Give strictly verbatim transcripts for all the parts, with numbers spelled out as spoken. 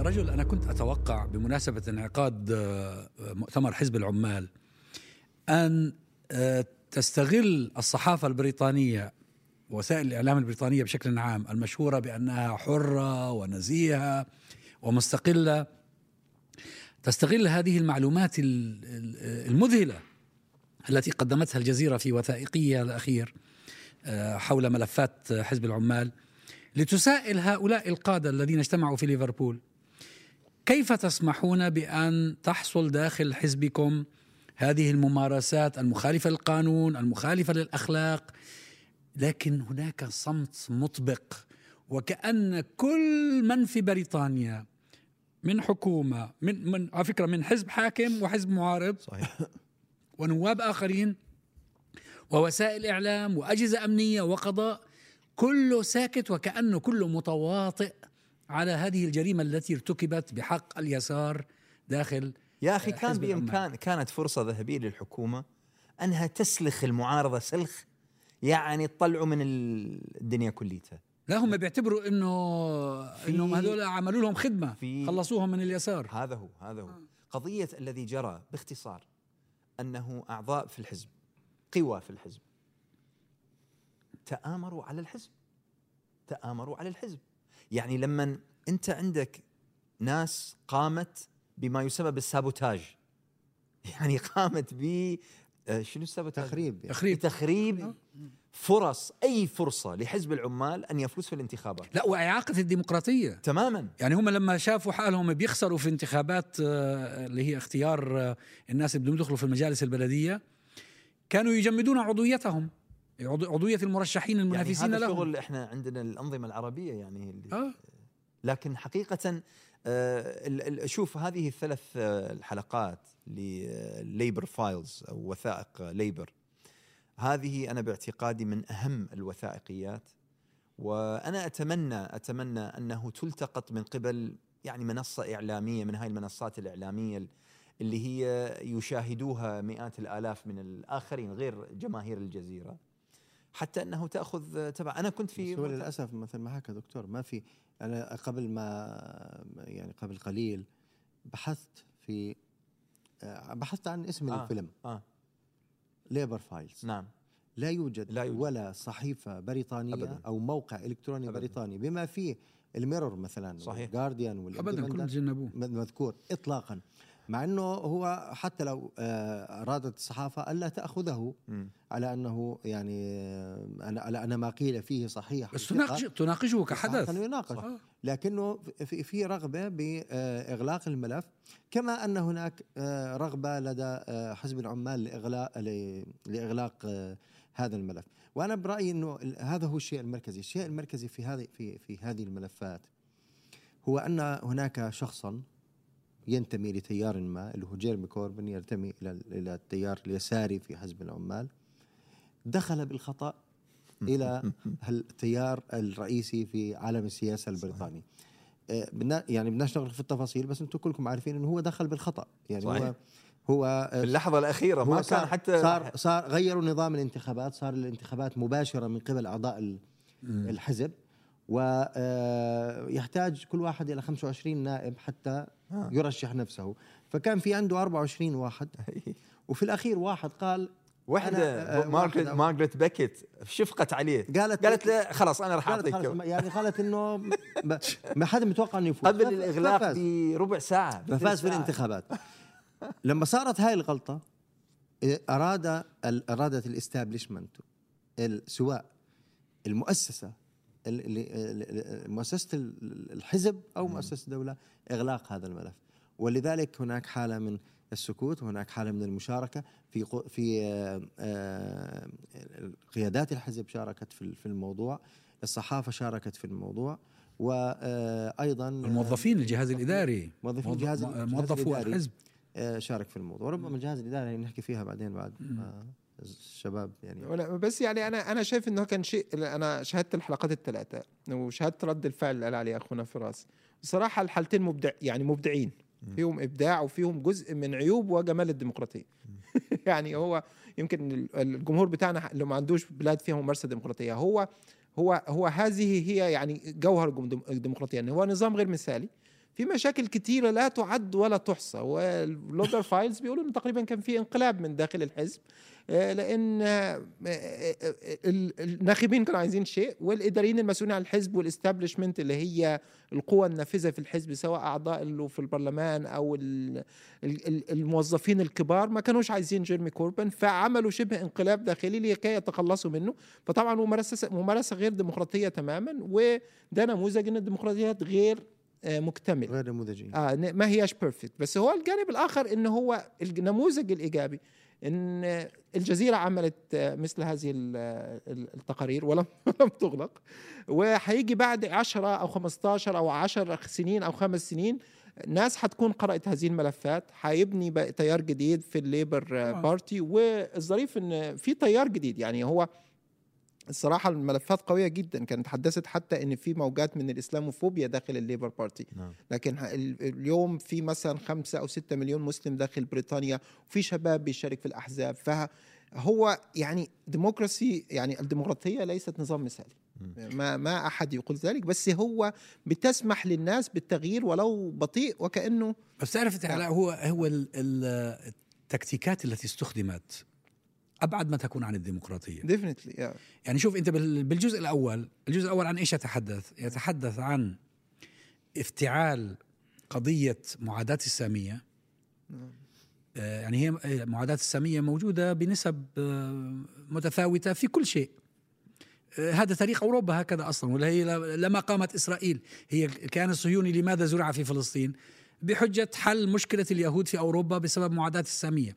رجل، أنا كنت أتوقع بمناسبة انعقاد مؤتمر حزب العمال أن تستغل الصحافة البريطانية ووسائل الإعلام البريطانية بشكل عام المشهورة بأنها حرة ونزيهة ومستقلة، تستغل هذه المعلومات المذهلة التي قدمتها الجزيرة في وثائقيها الأخير حول ملفات حزب العمال لتسائل هؤلاء القادة الذين اجتمعوا في ليفربول: كيف تسمحون بأن تحصل داخل حزبكم هذه الممارسات المخالفة للقانون، المخالفة للأخلاق؟ لكن هناك صمت مطبق، وكأن كل من في بريطانيا من حكومة، من, من على فكرة من حزب حاكم وحزب معارض، صحيح، ونواب آخرين ووسائل إعلام وأجهزة أمنية وقضاء، كله ساكت، وكأنه كله متواطئ على هذه الجريمة التي ارتكبت بحق اليسار داخل. يا أخي كان بإمكان، كانت فرصة ذهبية للحكومة أنها تسلخ المعارضة سلخ، يعني تطلعوا من الدنيا كليتها. لا، هم بيعتبروا إنه إنهم هذول عملوا لهم خدمة، خلصوهم من اليسار. هذا هو هذا هو قضية الذي جرى باختصار، أنه أعضاء في الحزب، قوى في الحزب، تآمروا على الحزب تآمروا على الحزب يعني لما أنت عندك ناس قامت بما يسمى بالسابوتاج، يعني قامت ب شنو السابوتاج؟ تخريب تخريب تخريب فرص، أي فرصة لحزب العمال أن يفوز في الانتخابات. لا، وإعاقة الديمقراطية تماما. يعني هم لما شافوا حالهم بيخسروا في انتخابات اللي هي اختيار الناس اللي بدهم يدخلوا في المجالس البلدية، كانوا يجمدون عضويتهم، عضوية المرشحين المنافسين يعني هذا لهم. الشغل احنا عندنا الأنظمة العربية يعني اللي آه. لكن حقيقة آه شوف هذه الثلاث الحلقات لليبر فايلز أو وثائق ليبر، هذه أنا باعتقادي من أهم الوثائقيات، وأنا أتمنى أتمنى أنه تلتقط من قبل يعني منصة إعلامية من هاي المنصات الإعلامية اللي هي يشاهدوها مئات الآلاف من الآخرين غير جماهير الجزيرة، حتى أنه تأخذ تبع. أنا كنت في للأسف مثل ما حكى دكتور، ما في. أنا قبل ما يعني قبل قليل بحثت في بحثت عن اسم آه الفيلم آه ليبر فايلز. نعم. لا يوجد, لا يوجد ولا صحيفة بريطانية أبداً. أو موقع إلكتروني أبداً. بريطاني بما فيه الميرور مثلا، والجارديان والإندبندنت مذكور إطلاقا، مع أنه هو حتى لو أرادت الصحافة ألا تأخذه م. على أنه يعني على أن ما قيل فيه صحيح، بس تناقش تناقشه كحدث يناقش، لكنه في في رغبة بإغلاق الملف، كما أن هناك رغبة لدى حزب العمال لإغلاق لإغلاق هذا الملف. وأنا برأيي أنه هذا هو الشيء المركزي. الشيء المركزي في هذه في في هذه الملفات هو أن هناك شخصا ينتمي لتيار ما، اللي هو جيرمي كوربن، ينتمي إلى إلى التيار اليساري في حزب العمال، دخل بالخطأ إلى التيار الرئيسي في عالم السياسة البريطاني. آه يعني بدناش نغرق في التفاصيل، بس أنتم كلكم عارفين إنه هو دخل بالخطأ. يعني صحيح. هو هو في اللحظة الأخيرة ما كان حتى صار صار غيروا نظام الانتخابات، صار الانتخابات مباشرة من قبل أعضاء الحزب، ويحتاج كل واحد إلى خمسة وعشرين نائب حتى يرشح نفسه، فكان في عنده أربعة وعشرين واحد، وفي الأخير واحد قال واحدة مارغريت مارغريت بيكيت شفقت عليه، قالت قالت له خلاص أنا راح أعطيك، يعني قالت إنه ما حدا متوقع إنه يفوز، قبل الإغلاق بربع ساعة ففاز في الانتخابات. لما صارت هاي الغلطة أراد أرادت الاستابليشمنت، سواء المؤسسة مؤسسة الحزب أو مؤسسة الدولة، إغلاق هذا الملف. ولذلك هناك حالة من السكوت، وهناك حالة من المشاركة في في قيادات الحزب شاركت في الموضوع، الصحافة شاركت في الموضوع، وأيضا الموظفين الجهاز الإداري، موظفين الجهاز موظفو الحزب شارك في الموضوع. ربما الجهاز الإداري نحكي فيها بعدين بعد الشباب يعني. بس يعني أنا أنا شايف إنه كان شيء، أنا شاهدت الحلقات الثلاثة وشاهدت رد الفعل اللي قال عليه أخونا فراس، بصراحة الحالتين مبدع، يعني مبدعين، فيهم إبداع وفيهم جزء من عيوب وجمال الديمقراطية. يعني هو يمكن الجمهور بتاعنا اللي ما عندوش بلاد فيها ممارسة ديمقراطية، هو هو هو هذه هي يعني جوهر الديمقراطية، يعني هو نظام غير مثالي في مشاكل كتيرة لا تعد ولا تحصى. واللودر فايلز بيقولوا إنه تقريبا كان في انقلاب من داخل الحزب، لأن الناخبين كانوا عايزين شيء، والإداريين المسؤولين عن الحزب والاستابليشمنت اللي هي القوى النافذة في الحزب سواء أعضاء اللي في البرلمان أو الموظفين الكبار ما كانوش عايزين جيرمي كوربن، فعملوا شبه انقلاب داخلي لكي يتخلصوا منه. فطبعا ممارسة ممارسة غير ديمقراطية تماما، وده نموذج إن الديمقراطيات غير مكتمل، غير نموذجي، آه ما هياش بيرفكت. بس هو الجانب الآخر إنه هو النموذج الإيجابي إن الجزيرة عملت مثل هذه التقارير ولم تغلق، وهيجي بعد عشرة أو خمستاشر أو عشر سنين أو خمس سنين ناس حتكون قرأت هذه الملفات، حيبني تيار جديد في الليبر بارتي. والظريف إن في تيار جديد، يعني هو الصراحة الملفات قوية جدا، كانت حدثت حتى ان في موجات من الاسلاموفوبيا داخل الليبر بارتي. نعم. لكن اليوم في مثلا خمسة او ستة مليون مسلم داخل بريطانيا، وفي شباب بيشارك في الاحزاب. فهو يعني ديمقراسي، يعني الديمقراطية ليست نظام مثالي، ما ما احد يقول ذلك، بس هو بتسمح للناس بالتغيير ولو بطيء وكأنه. بس تعرف علاء، هو هو التكتيكات التي استخدمت أبعد ما تكون عن الديمقراطية. Definitely, yeah. يعني شوف أنت بالجزء الأول، الجزء الأول عن إيش يتحدث؟ يتحدث عن افتعال قضية معاداة السامية. آه يعني هي معاداة السامية موجودة بنسب آه متفاوتة في كل شيء. آه هذا تاريخ أوروبا هكذا أصلا، ولا هي لما قامت إسرائيل هي الكيان الصهيوني لماذا زرع في فلسطين؟ بحجة حل مشكلة اليهود في أوروبا بسبب معاداة السامية.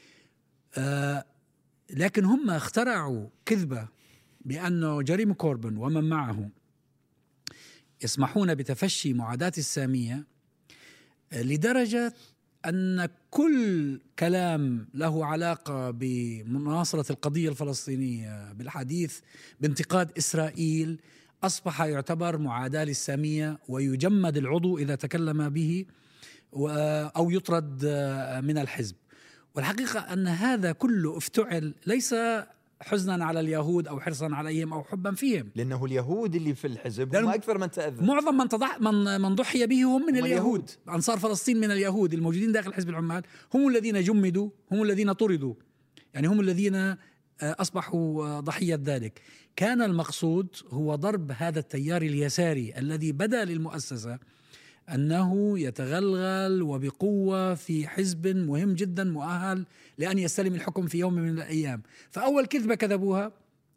آه لكن هم اخترعوا كذبة بأنه جيريمي كوربن ومن معه يسمحون بتفشي معاداة السامية، لدرجة أن كل كلام له علاقة بمناصرة القضية الفلسطينية بالحديث بانتقاد إسرائيل أصبح يعتبر معاداة للسامية، ويجمد العضو إذا تكلم به أو يطرد من الحزب. والحقيقة أن هذا كله افتعل ليس حزنا على اليهود أو حرصا عليهم أو حبا فيهم، لأنه اليهود اللي في الحزب هم أكثر من تأذى. معظم من تضح من من ضحي به هم من هم اليهود يهود. أنصار فلسطين من اليهود الموجودين داخل حزب العمال هم الذين جمدوا، هم الذين طردوا، يعني هم الذين أصبحوا ضحية ذلك. كان المقصود هو ضرب هذا التيار اليساري الذي بدا للمؤسسة أنه يتغلغل وبقوة في حزب مهم جدا مؤهل لأن يستلم الحكم في يوم من الأيام. فأول كذبة كذبوها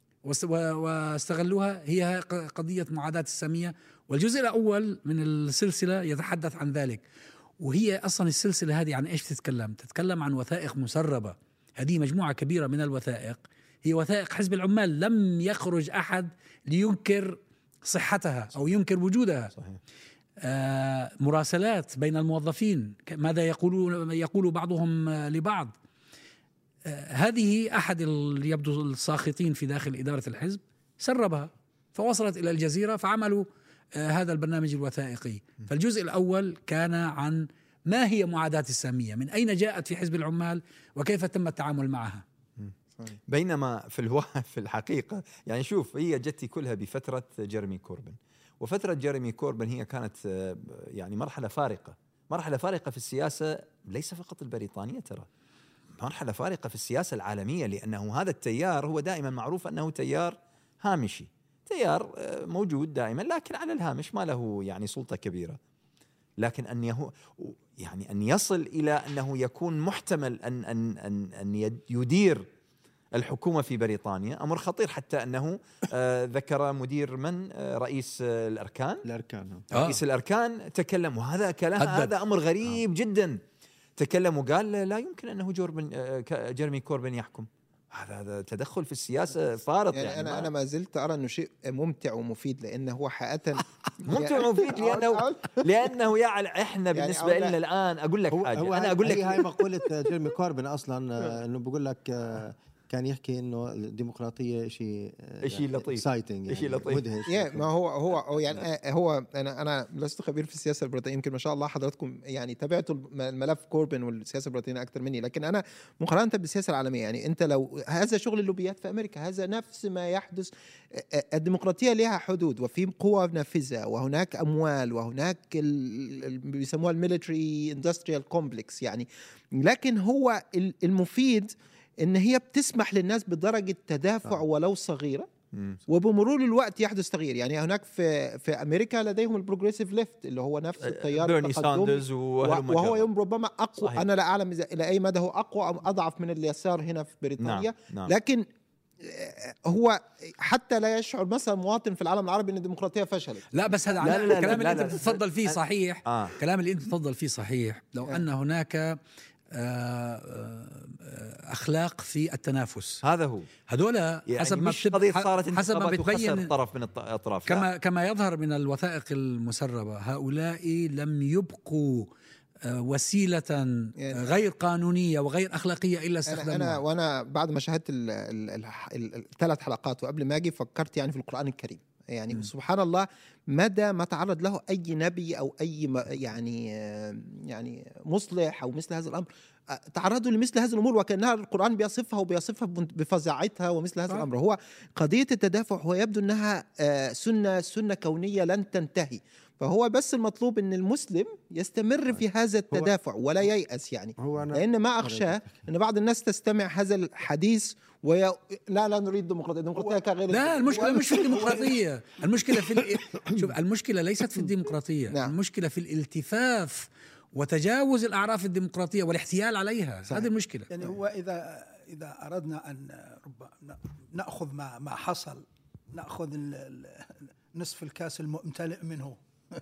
واستغلوها هي قضية معاداة السامية، والجزء الأول من السلسلة يتحدث عن ذلك. وهي أصلا السلسلة هذه عن إيش تتكلم؟ تتكلم عن وثائق مسربة. هذه مجموعة كبيرة من الوثائق، هي وثائق حزب العمال، لم يخرج أحد لينكر صحتها أو ينكر وجودها. صحيح. آه مراسلات بين الموظفين، ماذا يقولون يقول بعضهم لبعض. آه هذه أحد اللي يبدو الساخطين في داخل إدارة الحزب سربها فوصلت إلى الجزيرة، فعملوا آه هذا البرنامج الوثائقي. فالجزء الأول كان عن ما هي معاداة السامية، من أين جاءت في حزب العمال وكيف تم التعامل معها. بينما في الوا... في الحقيقة يعني شوف، هي جتي كلها بفترة جيرمي كوربن، وفترة جيرمي كوربن هي كانت يعني مرحلة فارقة، مرحلة فارقة في السياسة ليس فقط البريطانية، ترى مرحلة فارقة في السياسة العالمية، لأنه هذا التيار هو دائما معروف أنه تيار هامشي، تيار موجود دائما لكن على الهامش، ما له يعني سلطة كبيرة. لكن أن يهو يعني أن يصل إلى أنه يكون محتمل أن أن أن أن يدير الحكومة في بريطانيا، أمر خطير. حتى أنه آه ذكر مدير من آه رئيس آه الأركان الأركان آه. رئيس الأركان تكلم، وهذا كلام هذا أمر غريب آه. جدا. تكلم وقال لا يمكن أنه جوربن آه جيرمي كوربن يحكم. هذا هذا تدخل في السياسة فارط. يعني, يعني أنا ما أنا ما زلت أرى إنه شيء ممتع ومفيد، لأنه هو حقيقة ممتع ومفيد لأنه لأنه يعني إحنا بالنسبة يعني لنا الآن أقول لك هو حاجة هو أنا أقول لك هاي مقولة جيرمي كوربن أصلا إنه بقول لك كان يحكي انه الديمقراطيه شيء شيء لطيف يعني شيء لطيف مدهش. ما هو هو هو يعني هو انا انا لست خبير في السياسه البريطانيه، يمكن ما شاء الله حضراتكم يعني تابعتوا الملف كوربن والسياسه البريطانيه اكثر مني، لكن انا مقارنه بالسياسه العالميه يعني انت لو هذا شغل اللوبيات في امريكا، هذا نفس ما يحدث. الديمقراطيه لها حدود وفي قوى نافذه وهناك اموال وهناك بيسموها الميليتري اندستريال كومبلكس يعني، لكن هو المفيد ان هي بتسمح للناس بدرجه تدافع ولو صغيره، وبمرور الوقت يحدث تغيير. يعني هناك في في امريكا لديهم البروجريسيف ليفت اللي هو نفس التيار التقدمي، وهو يوم ربما اقوى. صحيح. انا لا اعلم الى اي مدى هو اقوى او اضعف من اليسار هنا في بريطانيا. نعم. نعم. لكن هو حتى لا يشعر مثلا مواطن في العالم العربي ان الديمقراطيه فشلت. لا بس هذا لا لا لا الكلام لا لا اللي انت بتتفضل فيه صحيح. آه. الكلام اللي انت بتتفضل فيه صحيح لو آه. ان هناك أخلاق في التنافس. هذا هو هذول يعني حسب ما حسب ما بتبين طرف من الأطراف، كما كما يظهر من الوثائق المسربة، هؤلاء لم يبقوا وسيلة غير قانونية وغير أخلاقية إلا استخدامها. أنا, أنا وأنا بعد ما شاهدت الثلاث حلقات وقبل ما أجي فكرت يعني في القرآن الكريم، يعني م. سبحان الله مدى ما تعرض له أي نبي أو أي يعني يعني مصلح أو مثل هذا الأمر، تعرضوا لمثل هذه الأمور وكأنها القرآن بيصفها وبيصفها بفظاعتها ومثل هذا الأمر. هو قضية التدافع هو يبدو أنها سنة سنة كونية لن تنتهي، فهو بس المطلوب أن المسلم يستمر في هذا التدافع ولا ييأس يعني. لأن ما أخشى أن بعض الناس تستمع هذا الحديث وي... لا لا نريد ديمقراطية، ديمقراطية كغير لا المشكلة مش في الديمقراطية، المشكلة في ال... شوف المشكلة ليست في الديمقراطية. نعم. المشكلة في الالتفاف وتجاوز الأعراف الديمقراطية والاحتيال عليها. هذه المشكلة. يعني هو إذا إذا أردنا أن ربما نأخذ ما ما حصل، نأخذ نصف الكاس الممتلئ منه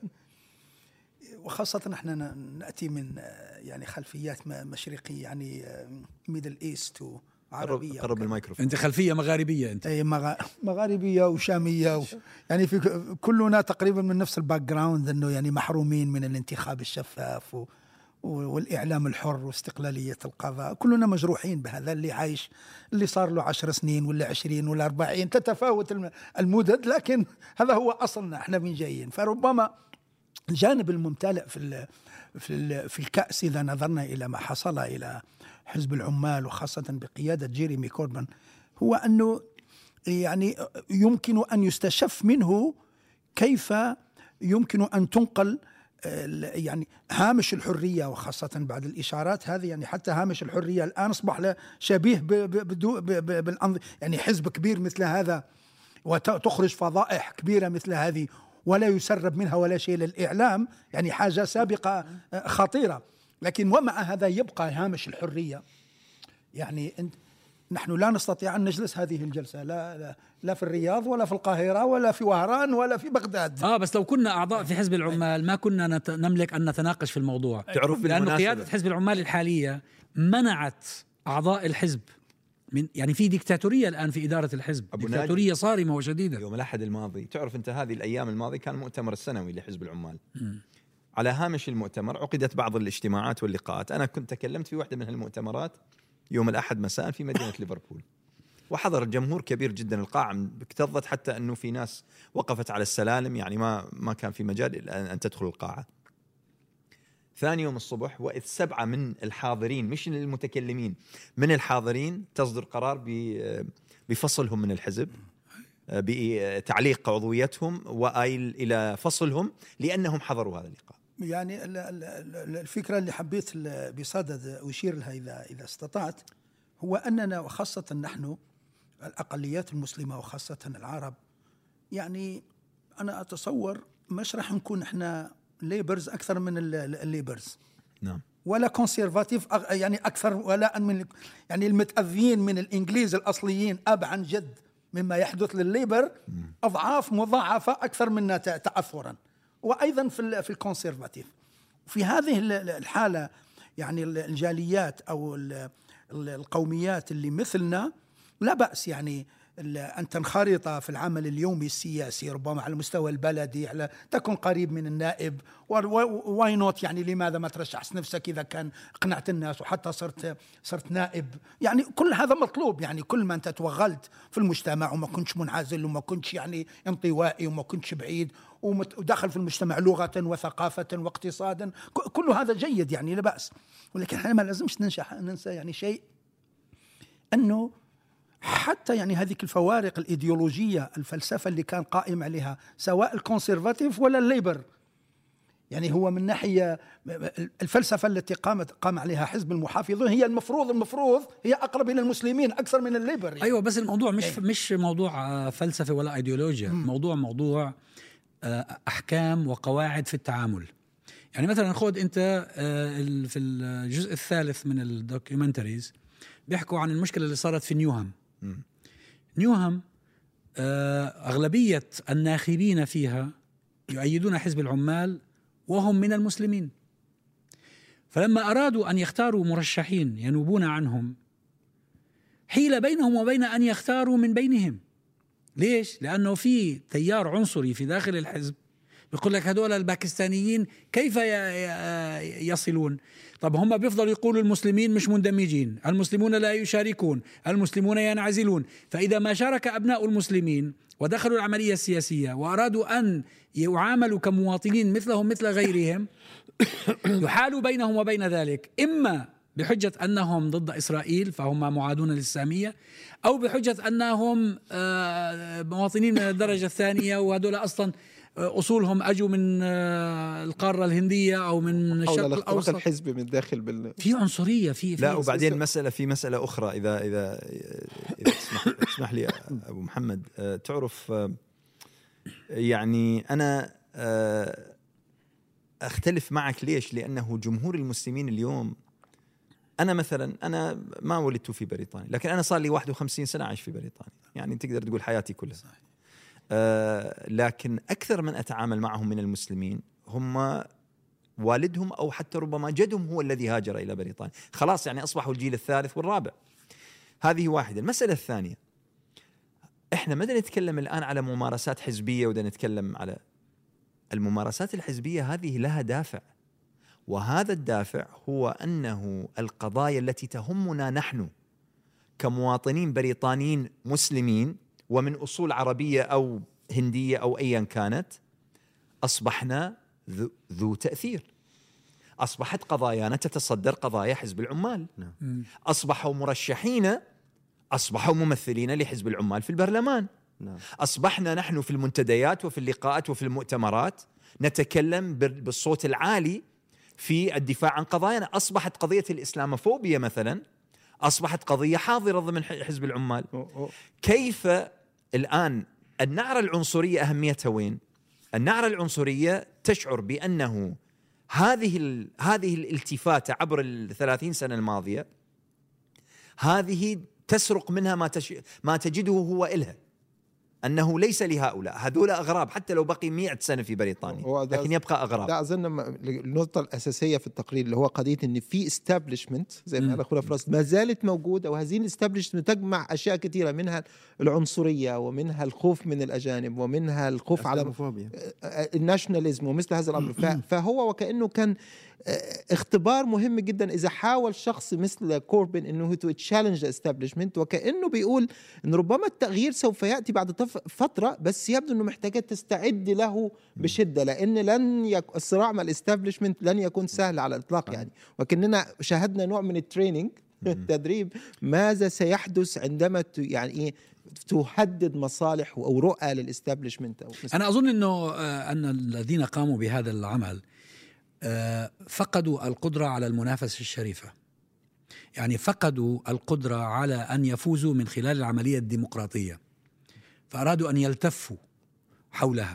وخاصة نحن نأتي من يعني خلفيات مشرقية يعني ميدل إيست وعربية. قرب الميكروفون. أنت خلفية مغاربية أنت. أي مغاربية وشامية و يعني في كلنا تقريبا من نفس الباك جراوند، إنه يعني محرومين من الانتخاب الشفاف و والإعلام الحر واستقلالية القضاء. كلنا مجروحين بهذا. اللي عايش اللي صار له عشر سنين ولا عشرين ولا أربعين، تتفاوت المدد، لكن هذا هو أصلنا، احنا من جايين. فربما الجانب الممتلئ في ال في ال في الكأس إذا نظرنا إلى ما حصل إلى حزب العمال وخاصة بقيادة جيريمي كوربن، هو أنه يعني يمكن أن يستشف منه كيف يمكن أن تنقل يعني هامش الحرية، وخاصة بعد الإشارات هذه. يعني حتى هامش الحرية الآن أصبح له شبيه بالأنظمة، يعني حزب كبير مثل هذا وتخرج فضائح كبيرة مثل هذه ولا يسرب منها ولا شيء للإعلام، يعني حاجة سابقة خطيرة. لكن ومع هذا يبقى هامش الحرية. يعني انت نحن لا نستطيع أن نجلس هذه الجلسة لا, لا, لا في الرياض ولا في القاهرة ولا في وهران ولا في بغداد. آه بس لو كنا أعضاء في حزب العمال ما كنا نت... نملك أن نتناقش في الموضوع. تعرف لأن قيادة حزب العمال الحالية منعت أعضاء الحزب من يعني في ديكتاتورية الآن في إدارة الحزب، ديكتاتورية صارمة وشديدة. يوم الأحد الماضي تعرف أنت هذه الأيام الماضية كان المؤتمر السنوي لحزب العمال. م. على هامش المؤتمر عقدت بعض الاجتماعات واللقاءات. أنا كنت تكلمت في واحدة من هالمؤتمرات يوم الأحد مساء في مدينة ليفربول، وحضر جمهور كبير جدا. القاعة اكتظت حتى أنه في ناس وقفت على السلالم، يعني ما ما كان في مجال أن تدخل القاعة. ثاني يوم الصبح وإذ سبعة من الحاضرين، مش المتكلمين، من الحاضرين تصدر قرار بفصلهم من الحزب، بتعليق عضويتهم وآيل إلى فصلهم لأنهم حضروا هذا اللقاء. يعني الفكرة اللي حبيت بصدد أشير لها إذا إذا استطعت، هو أننا وخاصة نحن الأقليات المسلمة وخاصة العرب، يعني أنا أتصور مش راح نكون إحنا ليبرز أكثر من الليبرز. نعم. ولا كونسيرفاتيف يعني أكثر، ولا من يعني المتأذين من الإنجليز الأصليين أب عن جد مما يحدث للليبر أضعاف مضاعفة أكثر منا تأثرا، وأيضا في في الكونسيرفاتيف. في هذه الحالة يعني الجاليات أو القوميات اللي مثلنا لا بأس يعني أن تنخرط في العمل اليومي السياسي ربما على المستوى البلدي، على تكون قريب من النائب، واي نوت يعني لماذا ما ترشحش نفسك إذا كان قنعت الناس وحتى صرت صرت نائب. يعني كل هذا مطلوب، يعني كل ما أنت توغلت في المجتمع وما كنتش منعزل وما كنتش يعني انطوائي وما كنتش بعيد ودخل في المجتمع لغة وثقافة واقتصادا، كل هذا جيد يعني لا بأس. ولكن احنا ما لازمش ننسى ننسى يعني شيء، أنه حتى يعني هذه الفوارق الإيديولوجية الفلسفة اللي كان قائم عليها سواء الكونسيرفاتيف ولا الليبر، يعني هو من ناحية الفلسفة التي قامت قام عليها حزب المحافظون هي المفروض المفروض هي أقرب إلى المسلمين أكثر من الليبر يعني. أيوة، بس الموضوع مش مش موضوع فلسفة ولا أيديولوجيا، موضوع موضوع أحكام وقواعد في التعامل. يعني مثلا خذ أنت في الجزء الثالث من الدوكيومنتريز بيحكوا عن المشكلة اللي صارت في نيوهام. نيوهام أغلبية الناخبين فيها يؤيدون حزب العمال وهم من المسلمين، فلما أرادوا أن يختاروا مرشحين ينوبون عنهم حيل بينهم وبين أن يختاروا من بينهم. ليش؟ لأنه في تيار عنصري في داخل الحزب بيقول لك هدول الباكستانيين كيف يصلون؟ طب هم بيفضلوا يقولوا المسلمين مش مندمجين، المسلمون لا يشاركون، المسلمون ينعزلون. فإذا ما شارك أبناء المسلمين ودخلوا العملية السياسية وأرادوا أن يعاملوا كمواطنين مثلهم مثل غيرهم يحال بينهم وبين ذلك، إما بحجة أنهم ضد إسرائيل فهم معادون للسامية، أو بحجة أنهم مواطنين من الدرجة الثانية وهدول أصلا أصولهم أجوا من القارة الهندية أو من الشرق الأوسط. الحزب من الداخل بال... في عنصرية في, في لا. وبعدين مسألة في مسألة أخرى إذا إذا إذا تسمح, تسمح لي أبو محمد، تعرف يعني أنا أختلف معك. ليش؟ لأنه جمهور المسلمين اليوم، أنا مثلا أنا ما ولدت في بريطانيا، لكن أنا صار لي واحد وخمسين سنة عايش في بريطانيا، يعني تقدر تقول حياتي كلها. آه لكن أكثر من أتعامل معهم من المسلمين هم والدهم أو حتى ربما جدهم هو الذي هاجر إلى بريطانيا، خلاص يعني أصبحوا الجيل الثالث والرابع. هذه واحدة. المسألة الثانية، إحنا ما نتكلم الآن على ممارسات حزبية، ودا نتكلم على الممارسات الحزبية هذه لها دافع، وهذا الدافع هو أنه القضايا التي تهمنا نحن كمواطنين بريطانيين مسلمين ومن أصول عربية أو هندية أو أيا كانت، أصبحنا ذو تأثير. أصبحت قضايانا تتصدر قضايا حزب العمال. أصبحوا مرشحين، أصبحوا ممثلين لحزب العمال في البرلمان. أصبحنا نحن في المنتديات وفي اللقاءات وفي المؤتمرات نتكلم بالصوت العالي في الدفاع عن قضايانا. أصبحت قضية الإسلاموفوبيا مثلا أصبحت قضية حاضرة ضمن حزب العمال. كيف الآن النعرة العنصرية أهميتها وين؟ النعرة العنصرية تشعر بأنه هذه هذه الالتفاتة عبر الثلاثين سنة الماضية هذه تسرق منها ما تش ما تجده هو إلها، أنه ليس لهؤلاء، هذول أغراب حتى لو بقي مئة سنة في بريطانيا لكن يبقى أغراب. لا أظن النقطة الأساسية في التقرير اللي هو قضية أن في establishment زي ما قال أخونا فراس ما زالت موجودة، وهذه الاستابلشمنت تجمع أشياء كثيرة، منها العنصرية ومنها الخوف من الأجانب ومنها الخوف على الناشناليزم ومثل هذا الأمر. فهو وكأنه كان اختبار مهم جدا إذا حاول شخص مثل كوربين أنه to challenge the establishment، وكأنه بيقول أن ربما التغيير سوف يأتي بعد فترة، بس يبدو أنه محتاجة تستعد له بشدة، لأن لن يك... الصراع مع الاستابلشمنت لن يكون سهل على الإطلاق يعني. وكأننا شاهدنا نوع من التريننج التدريب ماذا سيحدث عندما ت... يعني إيه تهدد مصالح أو رؤى للاستابلشمنت. أنا أظن أنه أن الذين قاموا بهذا العمل فقدوا القدرة على المنافسة الشريفة، يعني فقدوا القدرة على أن يفوزوا من خلال العملية الديمقراطية، فأرادوا أن يلتفوا حولها.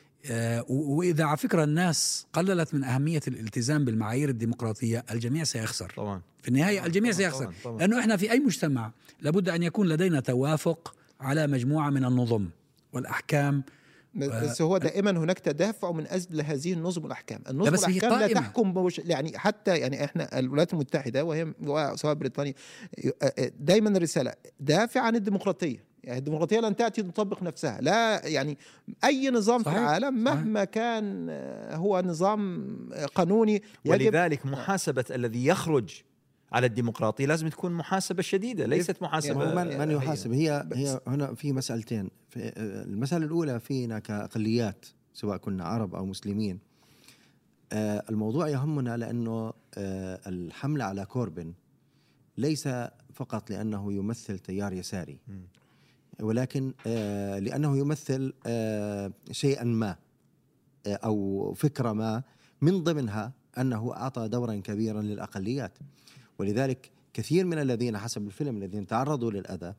وإذا على فكرة الناس قللت من أهمية الالتزام بالمعايير الديمقراطية الجميع سيخسر طبعا. في النهاية الجميع سيخسر طبعاً. طبعاً. لأنه إحنا في أي مجتمع لابد أن يكون لدينا توافق على مجموعة من النظم والأحكام. بس هو دائما هناك تدافع من أجل هذه النظم والأحكام. النظم والأحكام لا تحكم يعني حتى يعني إحنا الولايات المتحدة وهي سواء بريطانيا دائما الرسالة دافع عن الديمقراطية، يعني الديمقراطية لن تأتي تطبق نفسها، لا يعني أي نظام صحيح. في العالم مهما صحيح. كان هو نظام قانوني يجب ولذلك محاسبة الذي يخرج على الديمقراطية لازم تكون محاسبة شديدة، ليست محاسبة من, من يحاسب. هي هي هنا في مسألتين. في المسألة الأولى فينا كأقليات سواء كنا عرب أو مسلمين، آه الموضوع يهمنا لأنه آه الحملة على كوربن ليس فقط لأنه يمثل تيار يساري، ولكن آه لأنه يمثل آه شيئا ما آه أو فكرة ما من ضمنها أنه أعطى دورا كبيرا للأقليات. ولذلك كثير من الذين حسب الفيلم الذين تعرضوا للأذى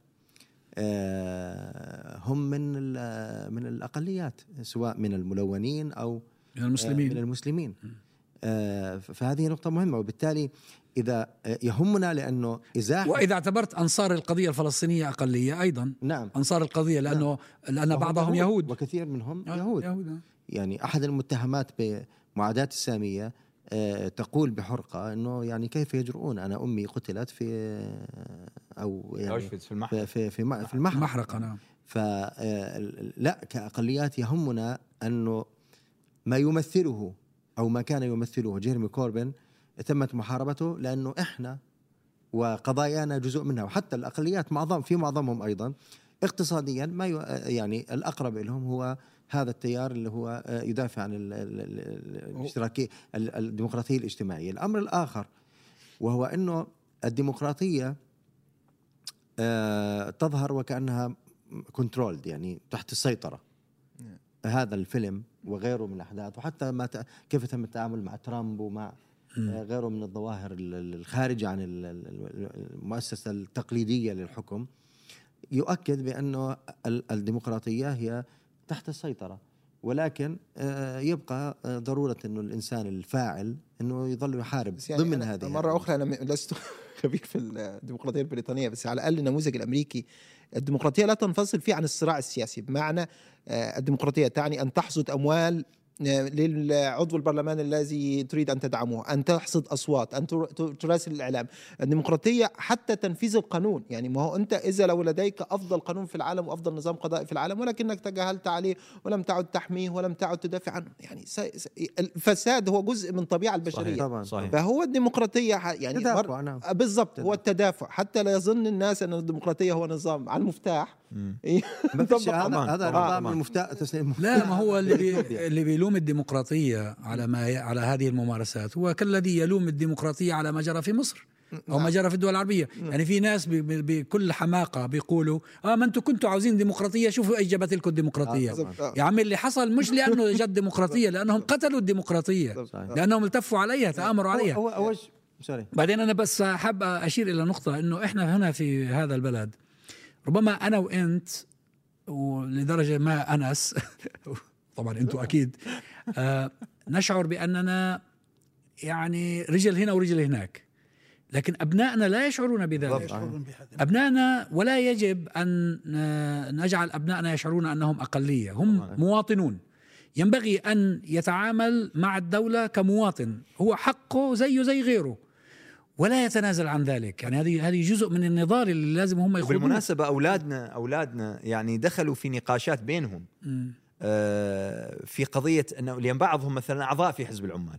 آه هم من من الأقليات، سواء من الملونين أو من المسلمين. آه من المسلمين. آه فهذه نقطة مهمة. وبالتالي إذا يهمنا لأنه إزاحة، وإذا اعتبرت أنصار القضية الفلسطينية أقلية أيضا، نعم أنصار القضية لأنه نعم. لأن بعضهم يهود وكثير منهم آه يهود. يهود. يعني أحد المتهمات بمعاداة السامية آه تقول بحرقة أنه يعني كيف يجرؤون، أنا أمي قتلت في أو يعني في المحرقة في في, في, في المحرقة, المحرقة نعم. فلا كأقليات يهمنا أنه ما يمثله أو ما كان يمثله جيرمي كوربن تمت محاربته، لأنه إحنا وقضايانا جزء منها. وحتى الأقليات معظم في معظمهم أيضا اقتصاديا ما يعني الأقرب لهم هو هذا التيار اللي هو يدافع عن الاشتراكية الديمقراطية الاجتماعية. الأمر الآخر وهو أنه الديمقراطية تظهر وكأنها كنترولد، يعني تحت السيطرة. هذا الفيلم وغيره من الأحداث، وحتى ما ت... كيف تم التعامل مع ترامب ومع غيره من الظواهر الخارجة عن المؤسسة التقليدية للحكم، يؤكد بأنه الديمقراطية هي تحت السيطرة. ولكن يبقى ضرورة أنه الإنسان الفاعل أنه يظل يحارب يعني ضمن هذه. مرة أخرى أنا لست خبير في الديمقراطية البريطانية، بس على الأقل النموذج الأمريكي الديمقراطية لا تنفصل فيه عن الصراع السياسي. بمعنى الديمقراطية تعني أن تحصد أموال للعضو البرلمان الذي تريد أن تدعمه، أن تحصد أصوات، أن تراسل الإعلام. الديمقراطية حتى تنفيذ القانون، يعني ما هو أنت إذا لو لديك أفضل قانون في العالم وأفضل نظام قضائي في العالم ولكنك تجاهلت عليه ولم تعد تحميه ولم تعد تدافع عنه، يعني الفساد هو جزء من طبيعة البشرية. صحيح. طبعا. صحيح. فهو الديمقراطية يعني تدافع. نعم. بالضبط، هو التدافع، حتى لا يظن الناس أن الديمقراطية هو نظام على المفتاح. هذا هذا نظام المفتاح تسليم. لا، ما هو اللي بي اللي بيلوم الديمقراطية على ما على هذه الممارسات هو كالذي يلوم الديمقراطية على ما جرى في مصر أو ما جرى في الدول العربية. يعني في ناس بكل حماقة بيقولوا اه ما انتم كنتوا عاوزين ديمقراطية، شوفوا ايش جابت لكم الديمقراطية. آه يا عمي اللي حصل مش لأنه جد ديمقراطية، لأنهم قتلوا الديمقراطية، لأنهم التفوا عليها، تآمروا عليها. هو أوج سوري. بعدين أنا بس حاب أشير إلى نقطة، إنه إحنا هنا في هذا البلد ربما أنا وأنت ولدرجة ما أنس طبعا أنتوا أكيد آه نشعر بأننا يعني رجل هنا ورجل هناك، لكن أبنائنا لا يشعرون بذلك. أبنائنا ولا يجب أن نجعل أبنائنا يشعرون أنهم أقلية، هم مواطنون، ينبغي أن يتعامل مع الدولة كمواطن، هو حقه زيه زي غيره ولا يتنازل عن ذلك. يعني هذه هذه جزء من النضال اللي لازم هم يخوضون. بالمناسبة أولادنا أولادنا يعني دخلوا في نقاشات بينهم آه في قضية أنه لأن بعضهم مثلا أعضاء في حزب العمال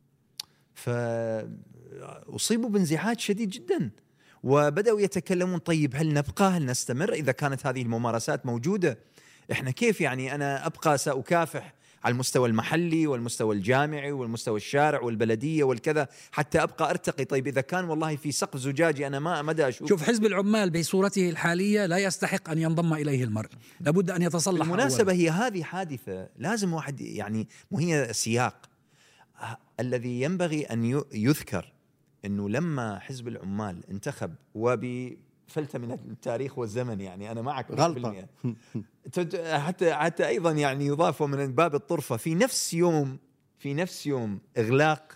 فأصيبوا بانزعاج شديد جدا، وبدأوا يتكلمون طيب هل نبقى، هل نستمر إذا كانت هذه الممارسات موجودة؟ إحنا كيف يعني أنا أبقى سأكافح على المستوى المحلي والمستوى الجامعي والمستوى الشارع والبلدية والكذا حتى أبقى أرتقي؟ طيب إذا كان والله في سقف زجاجي أنا ما مدى أشوف. شوف، حزب العمال بصورته الحالية لا يستحق أن ينضم إليه المرء، لابد أن يتصلح. بالمناسبة هي هذه حادثة لازم واحد يعني وهي سياق الذي ينبغي أن يذكر أنه لما حزب العمال انتخب وبفلتة من التاريخ والزمن، يعني أنا معك غلطة حتى حتى أيضا يعني يضاف من باب الطرفة في نفس يوم في نفس يوم إغلاق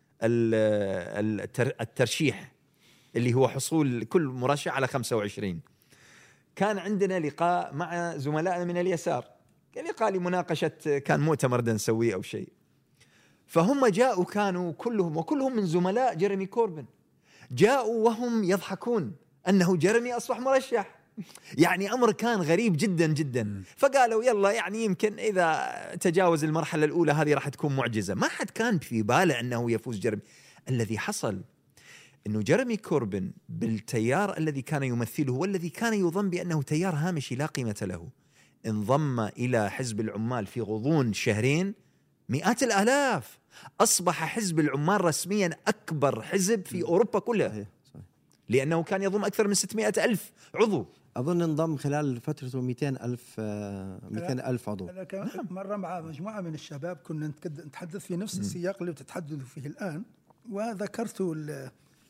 الترشيح اللي هو حصول كل مرشح على خمسة وعشرين، كان عندنا لقاء مع زملائنا من اليسار، كان لقاء لمناقشة كان مؤتمر نسويه أو شيء، فهم جاءوا كانوا كلهم وكلهم من زملاء جيرمي كوربن، جاءوا وهم يضحكون أنه جيرمي أصبح مرشح. يعني أمر كان غريب جدا جدا. فقالوا يلا يعني يمكن إذا تجاوز المرحلة الأولى هذه راح تكون معجزة. ما حد كان في باله أنه يفوز جيريمي. الذي حصل أنه جيريمي كوربن بالتيار الذي كان يمثله والذي كان يظن بأنه تيار هامشي لا قيمة له، انضم إلى حزب العمال في غضون شهرين مئات الآلاف. أصبح حزب العمال رسميا أكبر حزب في أوروبا كلها، لأنه كان يضم أكثر من ستمائة ألف عضو. أظن انضم خلال فترته مئتين ألف مئتين ألف عضو. نعم. مرة مع مجموعة من الشباب كنا نتحدث في نفس السياق اللي بتتحدثوا فيه الآن، وذكرت ال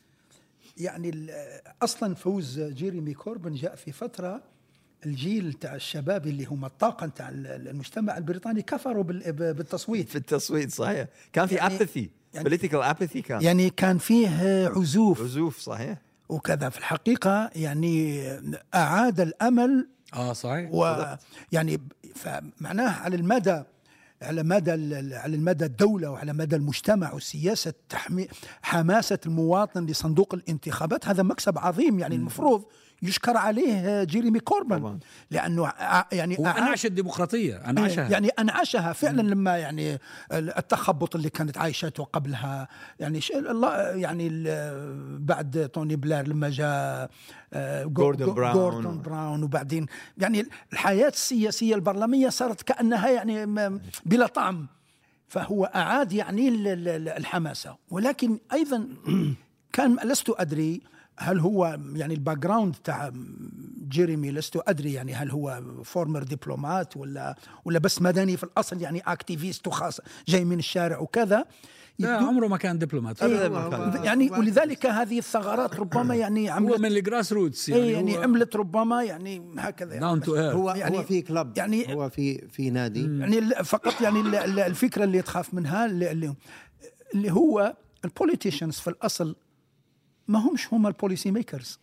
يعني ال أصلا فوز جيريمي كوربن جاء في فترة الجيل تاع الشباب اللي هم الطاقة تاع المجتمع البريطاني كفروا بالتصويت. في التصويت صحيح، كان في يعني apathy يعني political apathy كان يعني كان فيه عزوف عزوف صحيح وكذا. في الحقيقة يعني أعاد الأمل. اه صحيح. ويعني فمعناه على المدى على مدى على المدى الدولة وعلى مدى المجتمع وسياسة تحمي حماسة المواطن لصندوق الانتخابات، هذا مكسب عظيم. يعني المفروض يشكر عليه جيريمي كوربن طبعا. لأنه يعني هو أنعش الديمقراطية، أنعشها يعني أنعشها فعلا. لما يعني التخبط اللي كانت عايشته قبلها، يعني الله يعني بعد توني بلير لما جاء جوردن براون. جوردن براون وبعدين يعني الحياة السياسية البرلمانية صارت كأنها يعني بلا طعم. فهو أعاد يعني الحماسة. ولكن أيضا كان لست أدري هل هو يعني الباك جراوند تاع جيريمي، لست أدري يعني هل هو فورمر دبلومات ولا ولا بس مدني في الأصل، يعني أكتيفيست وخاص جاي من الشارع وكذا. لا عمره ما كان دبلومات يعني ولذلك هذه الثغرات ربما يعني عملت هو من الجراس روتس يعني, يعني عملت ربما يعني هكذا داون تو ايرث. هو يعني هو في كلب يعني هو في في نادي يعني فقط يعني الفكرة اللي تخاف منها اللي, اللي هو البوليتيشنز في الأصل ما همش هم البوليسي ميكرز.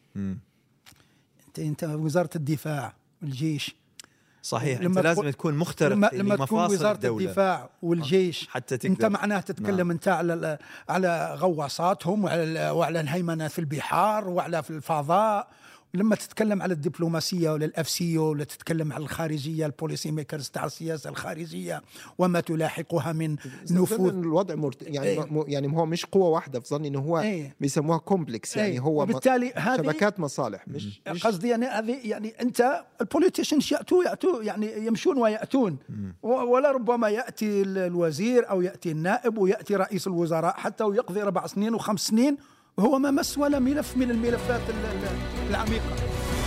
انت انت وزارة الدفاع والجيش صحيح، انت لازم تكون مخترق لما, لما تكون وزارة الدولة. الدفاع والجيش حتى تقدر. انت معناه تتكلم نعم. انت على على غواصاتهم وعلى وعلى الهيمنة في البحار وعلى في الفضاء. لما تتكلم على الدبلوماسية ولا الأف سي أو ولا تتكلم على الخارجية البوليسي ميكرز تاع السياسة الخارجية وما تلاحقها من نفوذ. الوضع مرت... يعني ايه؟ م... يعني هو مش قوة واحدة، في ظني إنه هو ايه؟ بيسموها كومبلكس يعني ايه؟ هو وبالتالي م... شبكات مصالح. مش, مش قصدي يعني هذه يعني أنت البوليتيشنز يأتوا يأتوا يعني يمشون ويأتون و... ولا ربما يأتي الوزير أو يأتي النائب ويأتي رئيس الوزراء حتى ويقضي أربع سنين وخمس سنين وهو ما مس ولا ملف من الملفات العميقة.